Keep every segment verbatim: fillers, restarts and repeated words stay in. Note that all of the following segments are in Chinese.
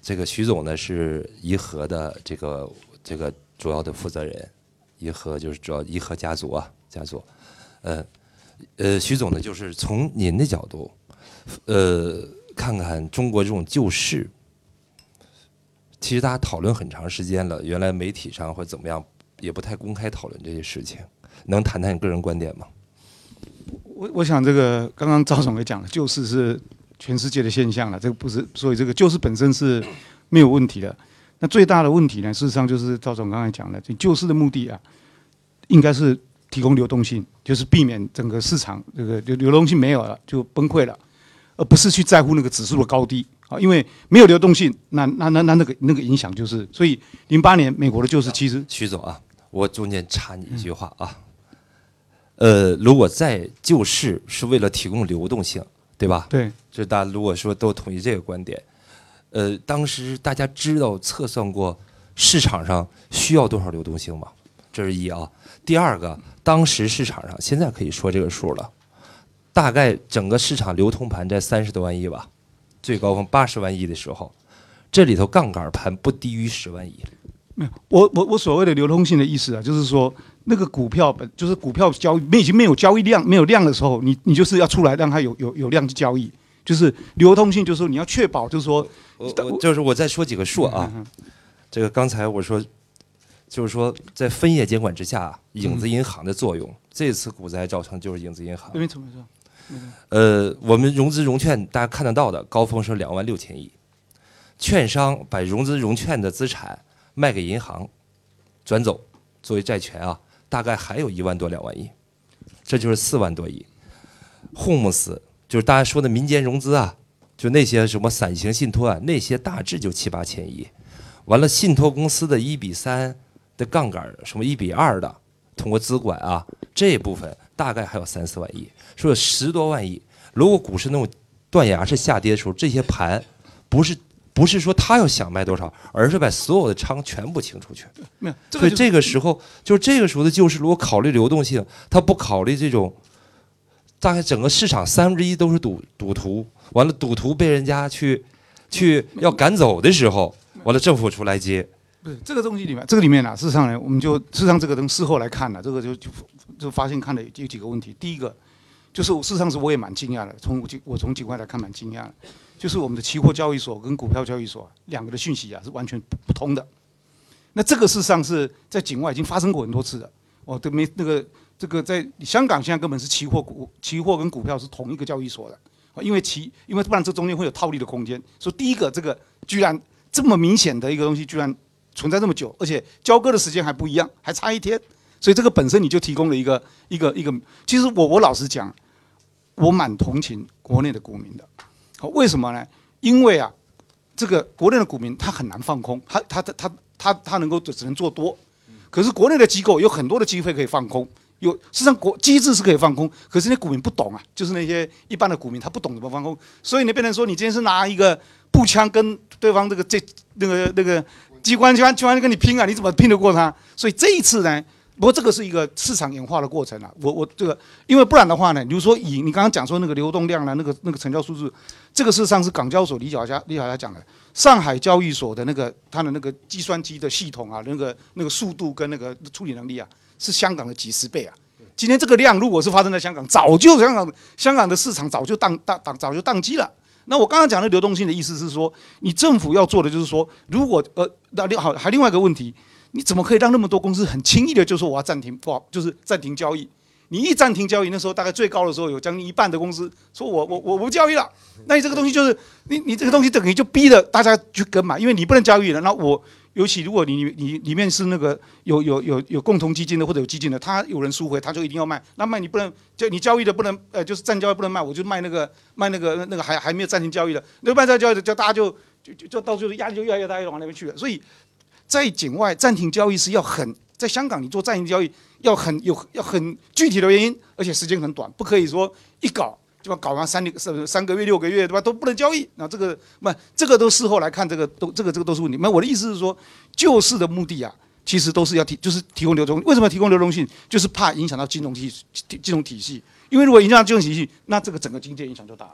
这个徐总呢是颐和的这个这个主要的负责人，颐和就是主要颐和家族啊家族，呃呃，徐总呢就是从您的角度，呃，看看中国这种旧事。其实大家讨论很长时间了，原来媒体上或怎么样也不太公开讨论这些事情，能谈谈你个人观点吗？ 我我想这个刚刚赵总也讲了，旧事是全世界的现象了，这个不是，所以这个旧事本身是没有问题的。那最大的问题呢，事实上就是赵总刚才讲的，这救市的目的啊，应该是提供流动性，就是避免整个市场这个流流动性没有了就崩溃了，而不是去在乎那个指数的高低啊，因为没有流动性，那那那那那个那个影响就是，所以零八年美国的救市其实， 徐总啊，我中间插你一句话啊。呃，如果在救市是为了提供流动性，对吧？ 对， 这大家如果说都同意这个观点，呃，当时大家知道测算过市场上需要多少流动性吗？这是一啊。第二个，当时市场上现在可以说这个数了，大概整个市场流通盘在三十多万亿吧，最高峰八十万亿的时候，这里头杠杆盘不低于十万亿。 没有，我我我所谓的流通性的意思啊，就是说那个股票本就是股票交易，已经没有交易量，没有量的时候，你你就是要出来让它有有有量去交易，就是流通性，就是说你要确保，就是说， 我我就是我再说几个数啊，嗯、这个刚才我说，就是说在分业监管之下，影子银行的作用，嗯、这次股灾造成就是影子银行。 没错没错。 呃，我们融资融券大家看得到的高峰是两万六千亿，券商把融资融券的资产卖给银行，转走作为债权啊，大概还有一万多两万亿，这就是四万多亿。Homes 就是大家说的民间融资啊，就那些什么伞形信托啊，那些大致就七八千亿。完了，信托公司的一比三的杠杆，什么一比二的，通过资管啊这部分大概还有三四万亿，说有十多万亿。如果股市那种断崖式下跌的时候，这些盘不是。不是说他要想卖多少，而是把所有的仓全部清出去。 没有，这个、所以这个时候就是这个时候的救市，如果考虑流动性，他不考虑这种，大概整个市场三分之一都是赌赌徒，完了赌徒被人家去去要赶走的时候，完了政府出来接。 不是这个东西里面，这个里面啊，事实上呢，我们就事实上这个等事后来看呢、啊，这个就就就发现看了有几个问题。第一个就是事实上是我也蛮惊讶的，从我从境外来看蛮惊讶的。就是我们的期货交易所跟股票交易所两个的讯息啊是完全不同的。那这个事实上是在境外已经发生过很多次了。哦，都没那个这个在香港现在根本是期货股期货跟股票是同一个交易所的，哦、因为期因为不然这中间会有套利的空间。所以第一个这个居然这么明显的一个东西居然存在这么久，而且交割的时间还不一样，还差一天。所以这个本身你就提供了一个一个一个。其实我我老实讲，我蛮同情国内的股民的。为什么呢？因为啊，这个国内的股民他很难放空，他他他他他能够只能做多，可是国内的机构有很多的机会可以放空，有事实上国机制是可以放空，可是那股民不懂啊，就是那些一般的股民他不懂怎么放空，所以你变成说你今天是拿一个步枪跟对方这个这那个那个机关机关机关跟你拼啊，你怎么拼得过他？所以这一次呢？不过这个是一个市场演化的过程啊，我我这个，因为不然的话呢，比如说以你刚刚讲说那个流动量啦，那个那个成交数字，这个事实上是港交所李小佳李小佳讲的，上海交易所的那个它的那个计算机的系统啊，那个那个速度跟那个处理能力啊，是香港的几十倍啊。今天这个量如果是发生在香港，早就香港香港的市场早就宕宕宕早就宕机了。那我刚刚讲的流动性的意思是说，你政府要做的就是说，如果呃那好还另外一个问题。你怎么可以让那么多公司很轻易的就说我要暂停，不好，就是暂停交易？你一暂停交易，那时候大概最高的时候有将近一半的公司说我我我不交易了。那你这个东西就是你你这个东西等于就逼着大家去跟嘛，因为你不能交易了。那我尤其如果你你里面是那个有有有有共同基金的或者有基金的，他有人赎回，他就一定要卖。那卖你不能就你交易的不能呃就是暂交易不能卖，我就卖那个卖那个那个还还没有暂停交易的，那卖暂交易的，就大家就就就就到最后压力就越来越大，越往那边去了。所以。在境外暂停交易是要很，在香港你做暂停交易要很有要很具体的原因，而且时间很短，不可以说一搞就把搞完三三三个月六个月对吧都不能交易。那这个不这个都事后来看，这个都这个这个都是问题。那我的意思是说，救市的目的啊，其实都是要提就是提供流动。为什么提供流动性？就是怕影响到金融体金融体系，因为如果影响到金融体系，那这个整个经济影响就大了。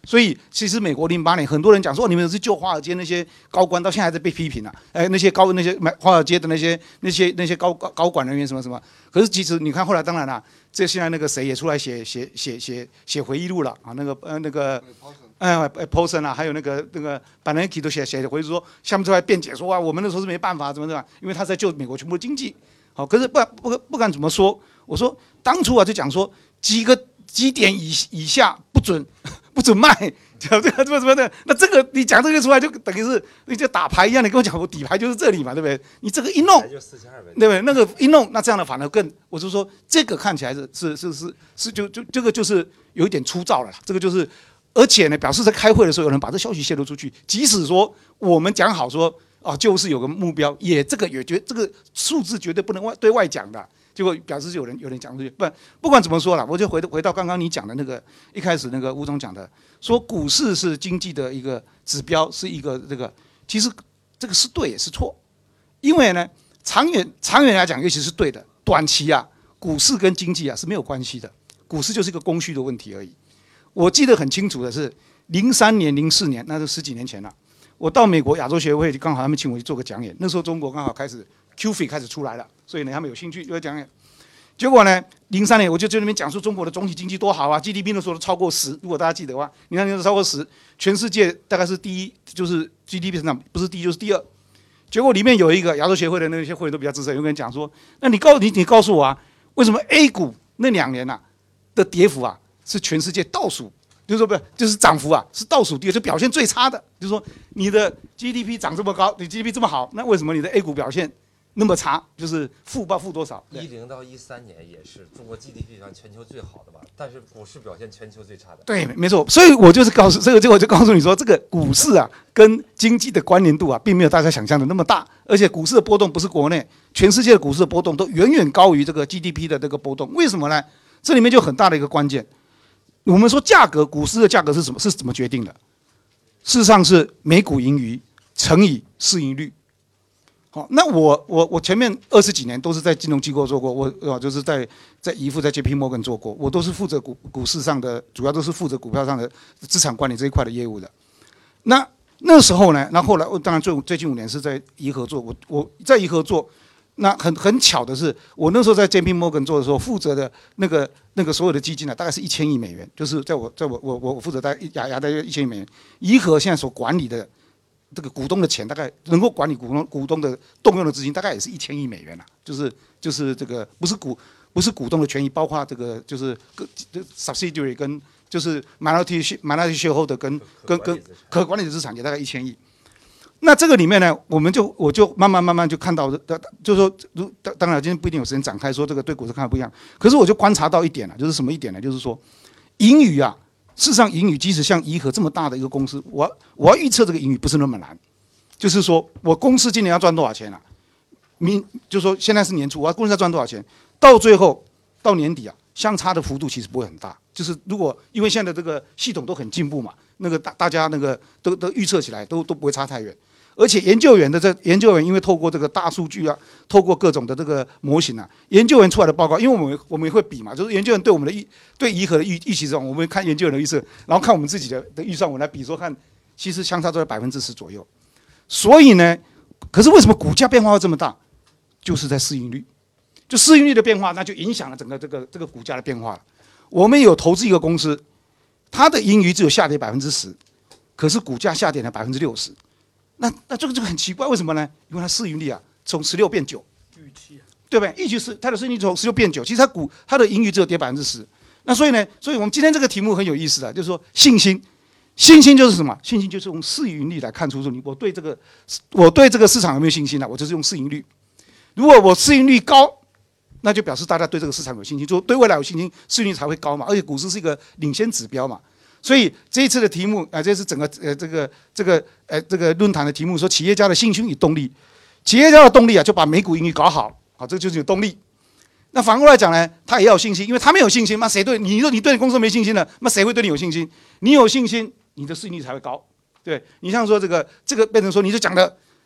所以其实美国零八年很多人讲说，你们是救华尔街那些高官，到现在还在被批评啊，哎，那些高那些买华尔街的那些那些那些高高高管人员什么什么。可是其实你看后来，当然啦，这现在那个谁也出来写写写写写回忆录了啊，那个呃那个。哎 ，Paulson 啊，还有那个那个 Bernanke 都写写回去说，下面出来辩解说啊，我们那时候是没办法，怎么怎么，因为他在救美国全部的经济。好，可是不不不管怎么说，我说当初啊就讲说几个几点以以下不准不准卖，讲这个什么什么的，那这个你讲这个出来就等于是你就打牌一样，你跟我讲我底牌就是这里嘛，对不对？你这个一弄，对不对？那个一弄，那这样的反而更，我就说这个看起来是是是是是就就这个就是有一点粗糙了啦，这个就是。而且呢，表示在开会的时候，有人把这消息泄露出去。即使说我们讲好说啊，就是有个目标，也这个也觉这个数字绝对不能外对外讲的。结果表示有人有人讲出去，不不管怎么说了，我就回回到刚刚你讲的那个一开始那个吴总讲的，说股市是经济的一个指标，是一个这个，其实这个是对也是错，因为呢，长远长远来讲，尤其是对的，短期啊，股市跟经济啊是没有关系的，股市就是一个供需的问题而已。我记得很清楚的是，零三年、零四年，那是十几年前了。我到美国亚洲协会，刚好他们请我去做个讲演。那时候中国刚好开始 Q F I 开始出来了，所以呢，他们有兴趣就讲演。结果呢，零三年我就在那边讲述中国的总体经济多好啊 ，G D P 那时候都超过十。如果大家记得的话，你看那时候超过十，全世界大概是第一，就是 G D P 增长不是第一就是第二。结果里面有一个亚洲协会的那些会员都比较资深，有个人讲说：“那你告你你告诉我啊，为什么 A 股那两年啊的跌幅啊？”是全世界倒数，就是说不是，就是涨幅啊，是倒数第二，就表现最差的。就是说你的 G D P 涨这么高，你 G D P 这么好，那为什么你的 A 股表现那么差？就是负吧，负多少？ 一零到一三年也是中国 G D P 上全球最好的吧，但是股市表现全球最差的。 对，没错。所以我就是告诉这个，这个我就告诉你说，这个股市啊，跟经济的关联度啊，并没有大家想象的那么大。而且股市的波动不是国内，全世界的股市的波动都远远高于这个 G D P 的这个波动。为什么呢？这里面就很大的一个关键。我们说价格，股市的价格是什么？是怎么决定的？事实上是每股盈余乘以市盈率。好，那我我我前面二十几年都是在金融机构做过，我呃就是在在宜富在 J P Morgan 做过，我都是负责股股市上的，主要都是负责股票上的资产管理这一块的业务的。那那时候呢，那后来我当然最最近五年是在宜合做，我我在宜合做。那很很巧的是，我那时候在 J P Morgan 做的时候，负责的那个那个所有的基金呢、啊，大概是一千亿美元，就是在我在我我我负责大概压压大概一千亿美元。宜合现在所管理的这个股东的钱，大概能够管理股东股东的动用的资金，大概也是一千亿美元啦、啊。就是就是这个不是股不是股东的权益，包括这个就是个 subsidiary 跟就是 minority minority shareholder 跟跟跟可管理的资产也大概一千亿。那这个里面呢，我们就我就慢慢慢慢就看到，就是说，当当然今天不一定有时间展开说这个对股市看法不一样，可是我就观察到一点了，就是什么一点呢？就是说，盈余啊，事实上盈余即使像宜合这么大的一个公司，我我要预测这个盈余不是那么难，就是说我公司今年要赚多少钱啊？明就是说现在是年初，我要公司要赚多少钱？到最后到年底啊，相差的幅度其实不会很大，就是如果因为现在的这个系统都很进步嘛，那个大大家那个都都预测起来都都不会差太远。而且研究员的这研究员，因为透过这个大数据啊，透过各种的这个模型啊，研究员出来的报告，因为我们我们也会比嘛，就是研究员对我们的预对宜合的预预期这种，我们看研究员的预测，然后看我们自己的的预算，我们来比说看，其实相差都在百分之十左右。所以呢，可是为什么股价变化会这么大？就是在市盈率，就市盈率的变化，那就影响了整个这个这个股价的变化了。我们有投资一个公司，它的盈余只有下跌百分之十，可是股价下跌了百分之六十。那那这个就很奇怪，为什么呢？因为它市盈率啊从十六变九，预期啊，对不对？预期是它的市盈率从十六变九，其实它股它的盈余只有跌百分之十。那所以呢，所以我们今天这个题目很有意思的，就是说信心，信心就是什么？信心就是用市盈率来看出说你我对这个我对这个市场有没有信心呢、啊？我就是用市盈率。如果我市盈率高，那就表示大家对这个市场有信心，就对未来有信心，市盈率才会高嘛。而且股市是一个领先指标嘛。所以这一次的题目啊、呃，这是整个呃这个这个呃这个论坛的题目，说企业家的信心与动力。企业家的动力啊，就把每股盈余搞好，好，这就是有动力。那反过来讲呢，他也要有信心，因为他没有信心，那谁对你说你对你公司没信心了，那谁会对你有信心？你有信心，你的市盈率才会高。对你像说这个这个变成说，你就讲的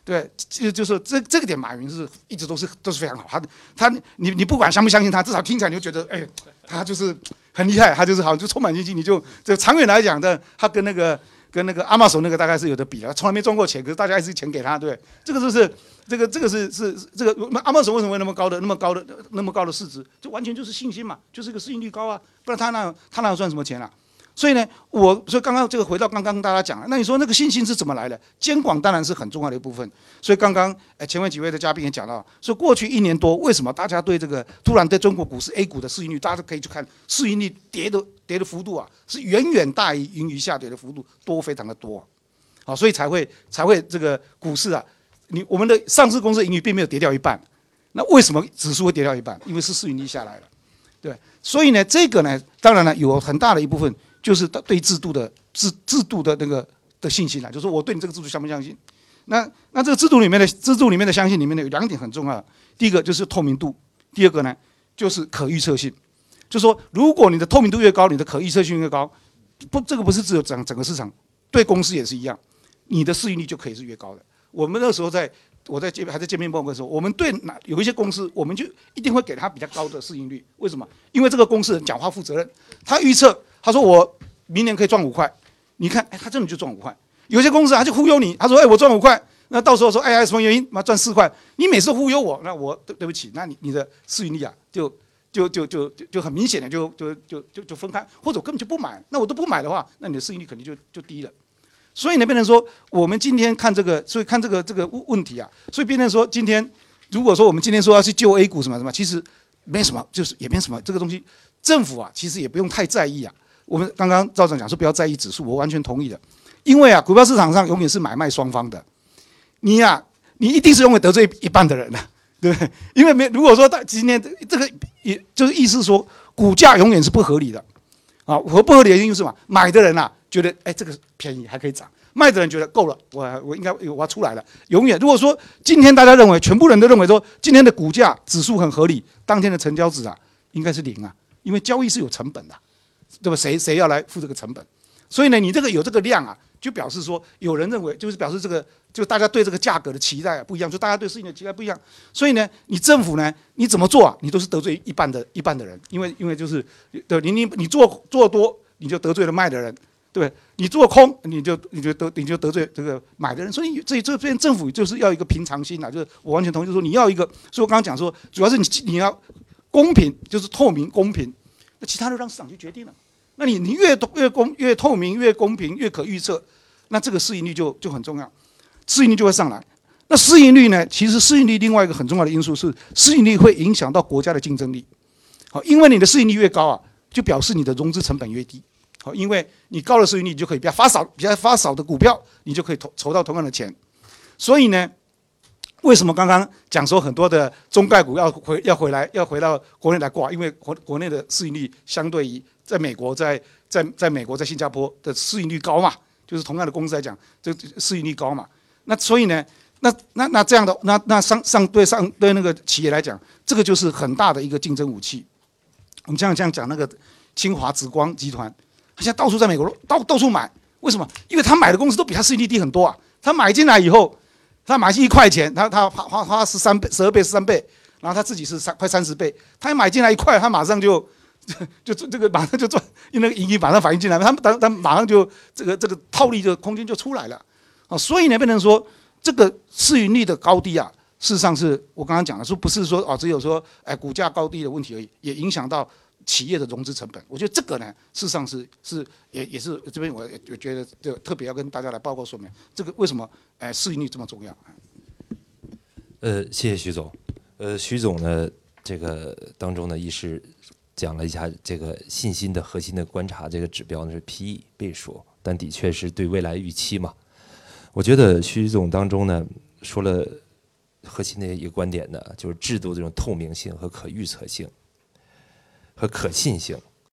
对，就就是这这个点，马云是一直都是都是非常好。他他你你不管相不相信他，至少听起来你就觉得，哎，他就是很厉害，他就是好像就充满信心。你就这长远来讲的，他跟那个跟那个亚马逊那个大概是有的比的，从来没赚过钱，可是大家还是钱给他，对，这个就是这个这个是是这个亚马逊为什么会那么高的那么高的那么高的市值？这完全就是信心嘛，就是一个市盈率高啊，不然他哪他哪有赚什么钱啊？所以呢，我所以刚刚这个回到刚刚大家讲了，那你说那个信心是怎么来的？监管当然是很重要的一部分。所以刚刚呃前面几位的嘉宾也讲到，说过去一年多，为什么大家对这个突然对中国股市 A 股的市盈率，大家都可以去看市盈率跌的跌的幅度啊，是远远大于盈余下跌的幅度多，非常的多、啊。好，所以才会才会这个股市啊，你我们的上市公司盈余并没有跌掉一半，那为什么指数会跌掉一半？因为是市盈率下来了，对。所以呢，这个呢，当然了，有很大的一部分。就是对制度的制制度的那个的信心啦，就是说我对你这个制度相不相信？那那这个制度里面的制度里面的相信里面呢有两点很重要，第一个就是透明度，第二个呢就是可预测性。就是说，如果你的透明度越高，你的可预测性越高，不，这个不是只有整整个市场，对公司也是一样，你的市盈率就可以是越高的。我们那时候在我在还在见面报告的时候，我们对哪有一些公司，我们就一定会给他比较高的市盈率。为什么？因为这个公司人讲话负责任，他预测。他说我明年可以赚五块，你看，哎，他真的就赚五块。有些公司他就忽悠你，他说，哎，我赚五块，那到时候说，哎呀，什么原因？妈赚四块，你每次忽悠我，那我对对不起，那你你的市盈率啊，就就就就就就很明显的就就就就就分开，或者我根本就不买。那我都不买的话，那你的市盈率肯定就就低了。所以呢，变成说，我们今天看这个，所以看这个这个问题啊，所以变成说，今天如果说我们今天说要去救 A 股什么什么，其实没什么，就是也没什么，这个东西政府啊，其实也不用太在意啊。我们刚刚赵总讲说不要在意指数，我完全同意的，因为啊，股票市场上永远是买卖双方的，你呀、啊，你一定是永远得罪一半的人的、啊，对不对？因为没如果说今天这个也就是意思说，股价永远是不合理的，啊，和不合理的原因是什么？买的人啊觉得哎这个便宜还可以涨，卖的人觉得够了，我我应该我要出来了。永远如果说今天大家认为全部人都认为说今天的股价指数很合理，当天的成交值啊应该是零啊，因为交易是有成本的。对吧？谁谁要来付这个成本？所以呢，你这个有这个量啊，就表示说有人认为，就是表示这个，就大家对这个价格的期待、啊、不一样，就大家对事情的期待不一样。所以呢，你政府呢，你怎么做啊？你都是得罪一半的一半的人，因为因为就是对你你你做做多，你就得罪了卖的人，对不对？你做空，你就你就得你就得罪这个买的人。所以这这边政府就是要一个平常心啊，就是我完全同意，就是说你要一个，所以我刚刚讲说，主要是你你要公平，就是透明公平。那其他的让市场去决定了。那你你越越公越透明越公平越可预测，那这个市盈率就就很重要，市盈率就会上来。那市盈率呢？其实市盈率另外一个很重要的因素是，市盈率会影响到国家的竞争力。好，因为你的市盈率越高啊，就表示你的融资成本越低。好，因为你高的市盈率，你就可以比较发少比较发少的股票，你就可以投筹到同样的钱。所以呢，为什么刚刚讲说很多的中概股要回要回来要回到国内来挂？因为国国内的市盈率相对于在美国在在在美国在新加坡的市盈率高嘛，就是同样的公司来讲，这市盈率高嘛。那所以呢，那那那这样的那那上上对上对那个企业来讲，这个就是很大的一个竞争武器。我们这样这样讲，那个清华紫光集团，他现在到处在美国到到处买，为什么？因为他买的公司都比他市盈率低很多啊。他买进来以后。他买进一块钱，他他花花花十三倍、十二倍、十三倍，然后他自己是三快三十倍。他买进来一块，他马上就就就这个马上就赚，因为那个盈余马上反映进来，他他他马上就这个这个套利的空间就出来了。啊，所以呢，变成说这个市盈率的高低啊，事实上是我刚刚讲的，说不是说哦只有说哎股价高低的问题而已，也影响到企业的融资成本。我觉得这个呢，事实上是是也也是这边我我觉得就特别要跟大家来报告说明，这个为什么哎市盈率这么重要。 呃，谢谢徐总。呃，徐总呢，这个当中呢，一是讲了一下这个信心的核心的观察，这个指标呢是 P E 倍数，但的确是对未来预期嘛。我觉得徐总当中呢说了核心的一个观点呢，就是制度这种透明性和可预测性和可信性。